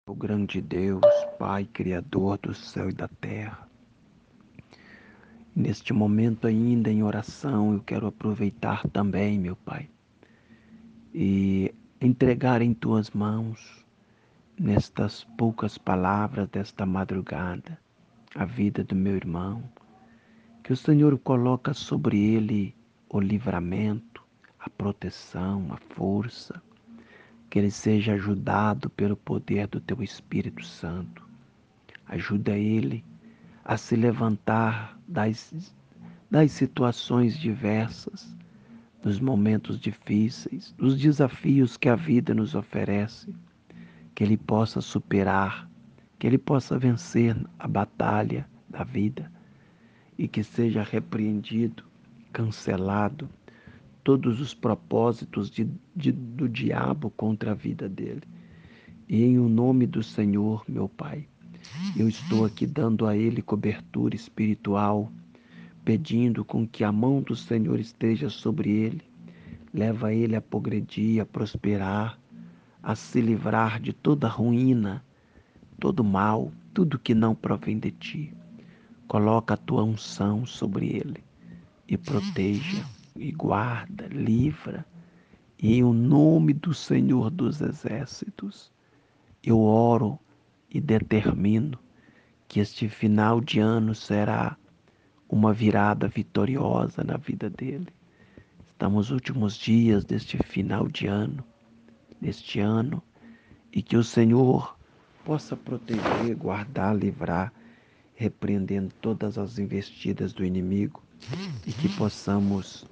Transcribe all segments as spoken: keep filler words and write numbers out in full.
O grande Deus, Pai, Criador do céu e da terra. Neste momento ainda em oração, eu quero aproveitar também, meu Pai, e entregar em Tuas mãos, nestas poucas palavras desta madrugada, a vida do meu irmão, que o Senhor coloca sobre ele o livramento, a proteção, a força, que ele seja ajudado pelo poder do Teu Espírito Santo. Ajuda ele a se levantar das, das situações diversas, dos momentos difíceis, dos desafios que a vida nos oferece, que ele possa superar, que ele possa vencer a batalha da vida e que seja repreendido, cancelado todos os propósitos de, de, do diabo contra a vida dele. E em o nome do Senhor, meu Pai, eu estou aqui dando a ele cobertura espiritual, pedindo com que a mão do Senhor esteja sobre ele, leva ele a progredir, a prosperar, a se livrar de toda ruína, todo mal, tudo que não provém de Ti. Coloca a Tua unção sobre ele e proteja, e guarda, livra, e em o nome do Senhor dos Exércitos, eu oro e determino que este final de ano será uma virada vitoriosa na vida dele. Estamos nos últimos dias deste final de ano, deste ano, e que o Senhor possa proteger, guardar, livrar, repreendendo todas as investidas do inimigo, e que possamos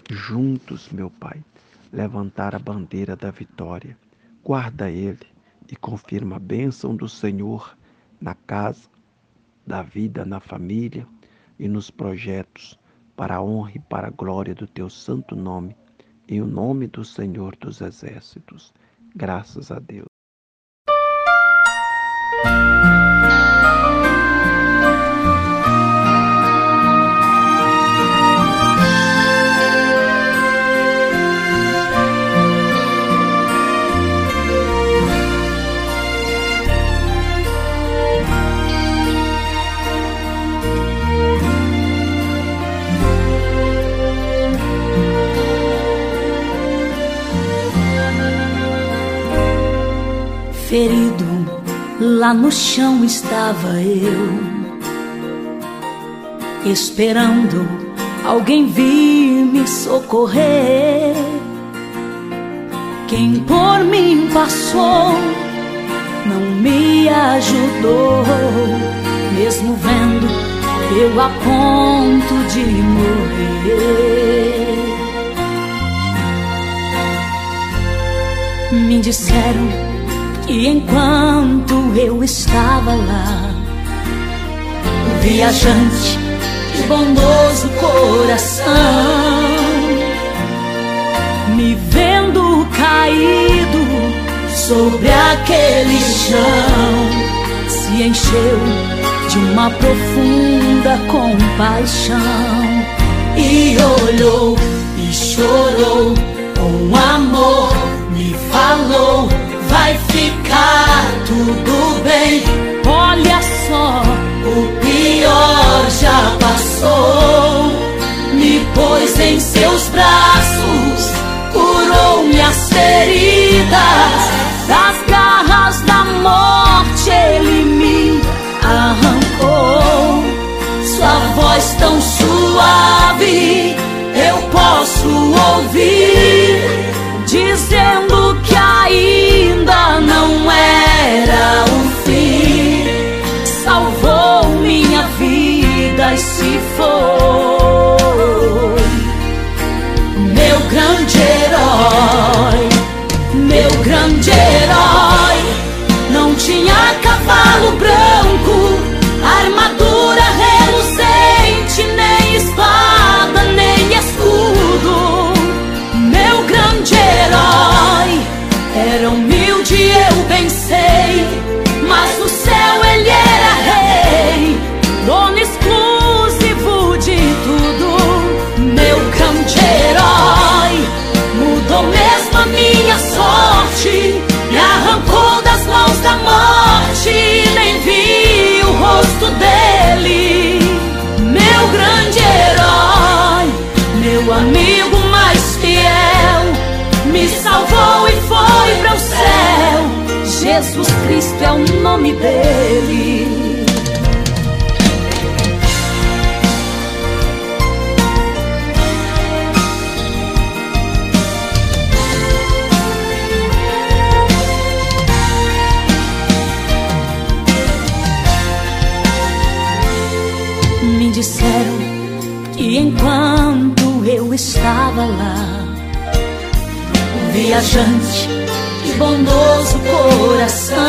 juntos, meu Pai, levantar a bandeira da vitória. Guarda ele e confirma a bênção do Senhor na casa, da vida, na família e nos projetos, para a honra e para a glória do Teu santo nome, em o nome do Senhor dos Exércitos. Graças a Deus. Ferido, lá no chão estava eu, esperando alguém vir me socorrer. Quem por mim passou não me ajudou, mesmo vendo eu a ponto de morrer. Me disseram e enquanto eu estava lá, o viajante de bondoso coração, me vendo caído sobre aquele chão, se encheu de uma profunda compaixão e olhou e chorou com amor, me falou: vai ficar tudo bem. Olha só, o pior já passou. Me pôs em seus braços, curou minhas feridas. Das garras da morte ele me arrancou. Sua voz tão suave eu posso ouvir, dizendo que ainda não era o fim. Salvou minha vida e se foi. Meu grande herói, meu grande herói. Jesus Cristo é o nome dele. Me disseram que enquanto eu estava lá, um viajante de bondoso coração,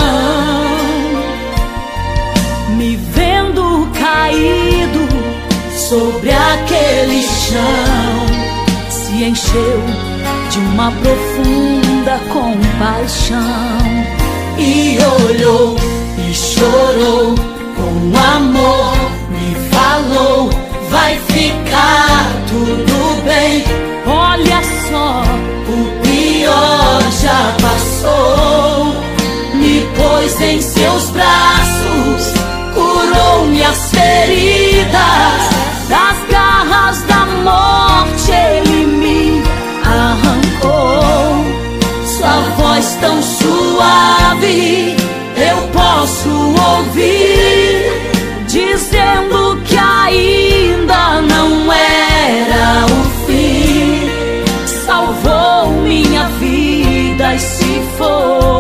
me vendo caído sobre aquele chão, se encheu de uma profunda compaixão e olhou e chorou com amor. Falou, vai ficar tudo bem. Olha só, o pior já passou. Me pôs em seus braços, curou minhas feridas. Das garras da morte ele me arrancou. Sua voz tão suave eu posso ouvir, dizendo que ainda não era o fim. Salvou minha vida e se foi.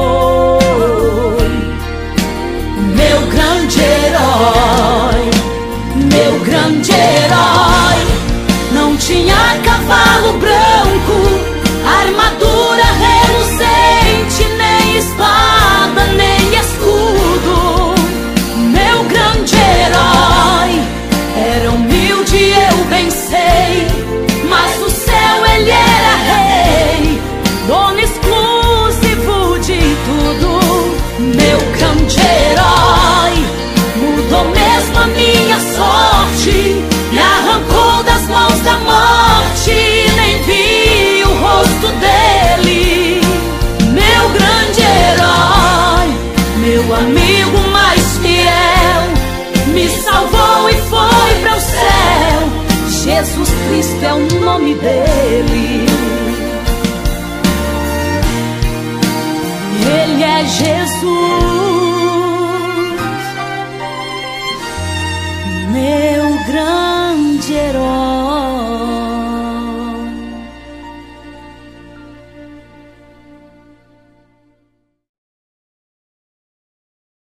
Meu grande herói, meu grande herói. Não tinha cavalo branco, armadura reluzente, nem espada, nem escudo. Meu grande herói era humilde, eu bem sei, mas no céu ele era rei, dono exclusivo de tudo. Meu grande herói mudou mesmo a minha sorte, me arrancou das mãos da morte, nem vi o rosto dele. Meu grande herói, meu amigo mais fiel, me salvou e foi para o céu. Jesus Cristo é o nome dele. Ele é Jesus.